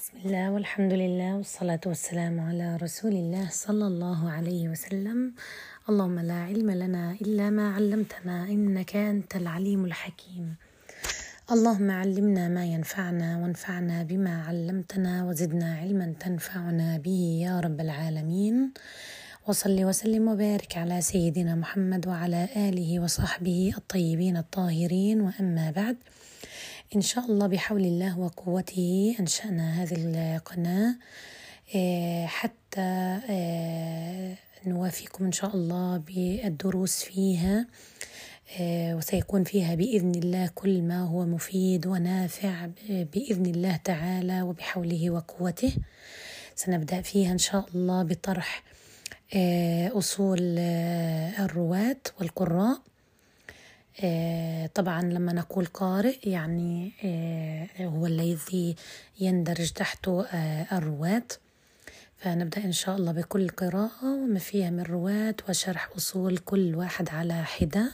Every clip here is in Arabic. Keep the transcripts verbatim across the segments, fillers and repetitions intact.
بسم الله والحمد لله والصلاة والسلام على رسول الله صلى الله عليه وسلم. اللهم لا علم لنا إلا ما علمتنا إنك أنت العليم الحكيم. اللهم علمنا ما ينفعنا وانفعنا بما علمتنا وزدنا علما تنفعنا به يا رب العالمين. وصل وسلم وبارك على سيدنا محمد وعلى آله وصحبه الطيبين الطاهرين، وأما بعد، إن شاء الله بحول الله وقوته أنشأنا هذه القناة حتى نوافيكم إن شاء الله بالدروس فيها، وسيكون فيها بإذن الله كل ما هو مفيد ونافع بإذن الله تعالى وبحوله وقوته. سنبدأ فيها إن شاء الله بطرح أصول الرواة والقراء. طبعا لما نقول قارئ يعني هو الذي يندرج تحته الرواة، فنبدأ إن شاء الله بكل قراءة وما فيها من رواة وشرح أصول كل واحد على حدة.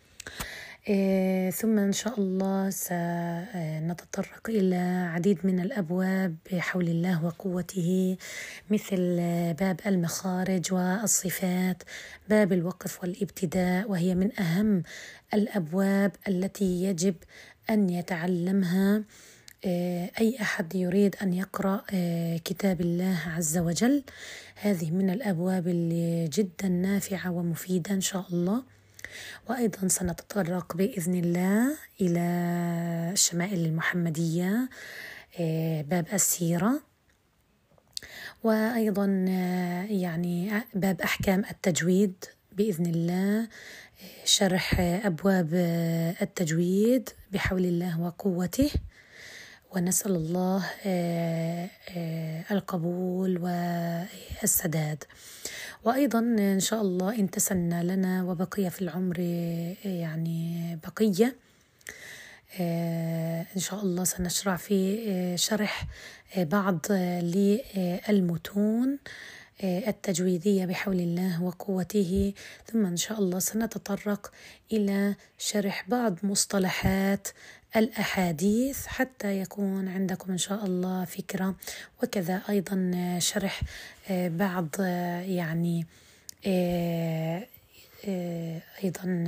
ثم إن شاء الله سنتطرق إلى عديد من الأبواب بحول الله وقوته، مثل باب المخارج والصفات، باب الوقف والابتداء، وهي من أهم الأبواب التي يجب أن يتعلمها أي أحد يريد أن يقرأ كتاب الله عز وجل. هذه من الأبواب اللي جدا نافعة ومفيدة إن شاء الله. وأيضا سنتطرق بإذن الله إلى الشمائل المحمدية، باب السيرة، وأيضا يعني باب أحكام التجويد بإذن الله، شرح أبواب التجويد بحول الله وقوته، ونسأل الله القبول والسداد. وأيضا إن شاء الله إن تسنى لنا وبقي في العمر يعني بقية، إن شاء الله سنشرع في شرح بعض للمتون التجويدية بحول الله وقوته. ثم إن شاء الله سنتطرق إلى شرح بعض مصطلحات الأحاديث حتى يكون عندكم إن شاء الله فكرة، وكذا أيضا شرح بعض يعني أيضا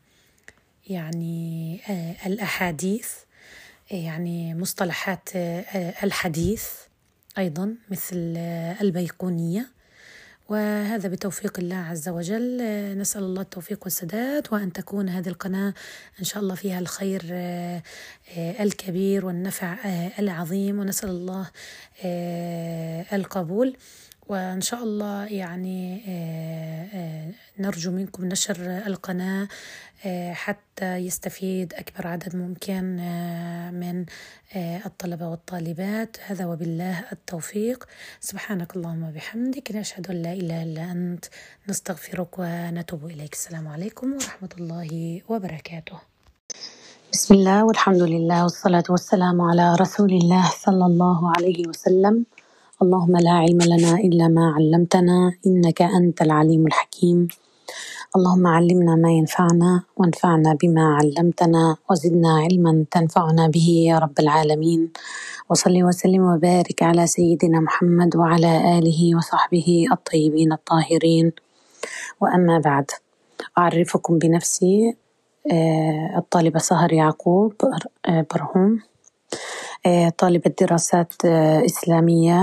يعني الأحاديث، يعني مصطلحات الحديث أيضا مثل البيقونية. وهذا بتوفيق الله عز وجل. نسأل الله التوفيق والسداد، وأن تكون هذه القناة إن شاء الله فيها الخير الكبير والنفع العظيم، ونسأل الله القبول. وإن شاء الله يعني نرجو منكم نشر القناة حتى يستفيد أكبر عدد ممكن من الطلبة والطالبات. هذا وبالله التوفيق. سبحانك اللهم وبحمدك، نشهد أن لا إله إلا أنت، نستغفرك ونتوب إليك. السلام عليكم ورحمة الله وبركاته. بسم الله والحمد لله والصلاة والسلام على رسول الله صلى الله عليه وسلم. اللهم لا علم لنا إلا ما علمتنا إنك أنت العليم الحكيم. اللهم علمنا ما ينفعنا وانفعنا بما علمتنا وزدنا علما تنفعنا به يا رب العالمين. وصل وسلم وبارك على سيدنا محمد وعلى آله وصحبه الطيبين الطاهرين، وأما بعد، أعرفكم بنفسي. الطالبة سهر يعقوب برهوم، طالبة دراسات إسلامية،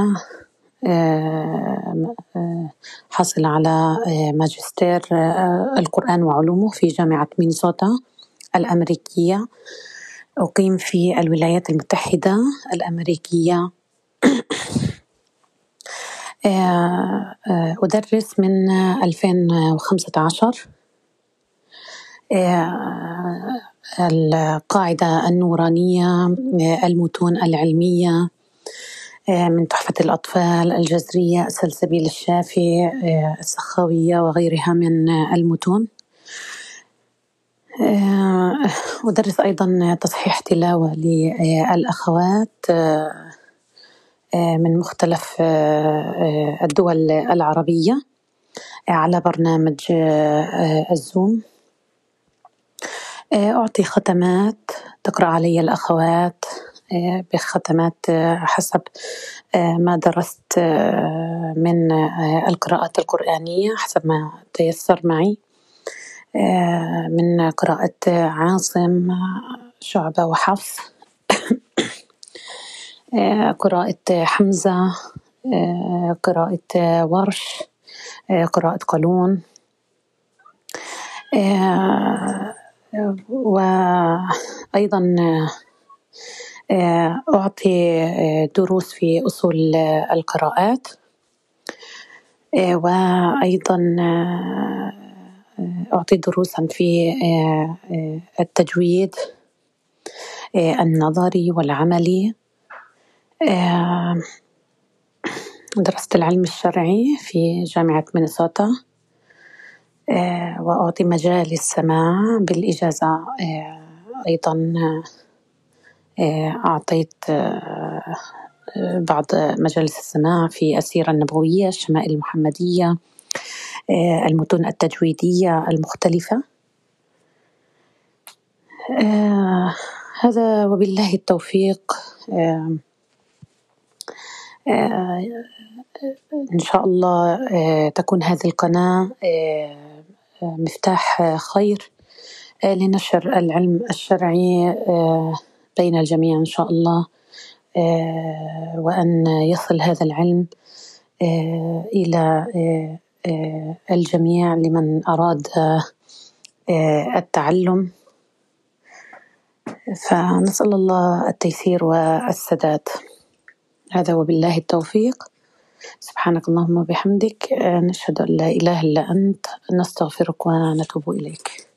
حصل على ماجستير القرآن وعلومه في جامعة مينيسوتا الأمريكية. أقيم في الولايات المتحدة الأمريكية. أدرس من ألفين وخمسة عشر. القاعدة النورانية، المتون العلمية من تحفة الأطفال، الجزرية، سلسبيل الشافي، السخاوية وغيرها من المتون. أدرس أيضا تصحيح تلاوة للأخوات من مختلف الدول العربية على برنامج الزوم. أعطي ختمات تقرأ علي الأخوات بختمات حسب ما درست من القراءات القرآنية، حسب ما تيسر معي من قراءة عاصم، شعبة وحفص، قراءة حمزة، قراءة ورش، قراءة قالون، وأيضا أعطي دروس في أصول القراءات، وأيضا أعطي دروسا في التجويد النظري والعملي. درست العلم الشرعي في جامعة مينيسوتا، وأعطي مجالس سماع بالإجازة. أيضا أعطيت بعض مجالس السماع في السيرة النبوية، الشمائل المحمدية، المتون التجويدية المختلفة. هذا وبالله التوفيق. إن شاء الله تكون هذه القناة مفتاح خير لنشر العلم الشرعي بين الجميع إن شاء الله، وأن يصل هذا العلم إلى الجميع لمن أراد التعلم. فنسأل الله التيسير والسداد. هذا وبالله التوفيق. سبحانك اللهم وبحمدك، نشهد أن لا إله إلا أنت، نستغفرك ونتوب إليك.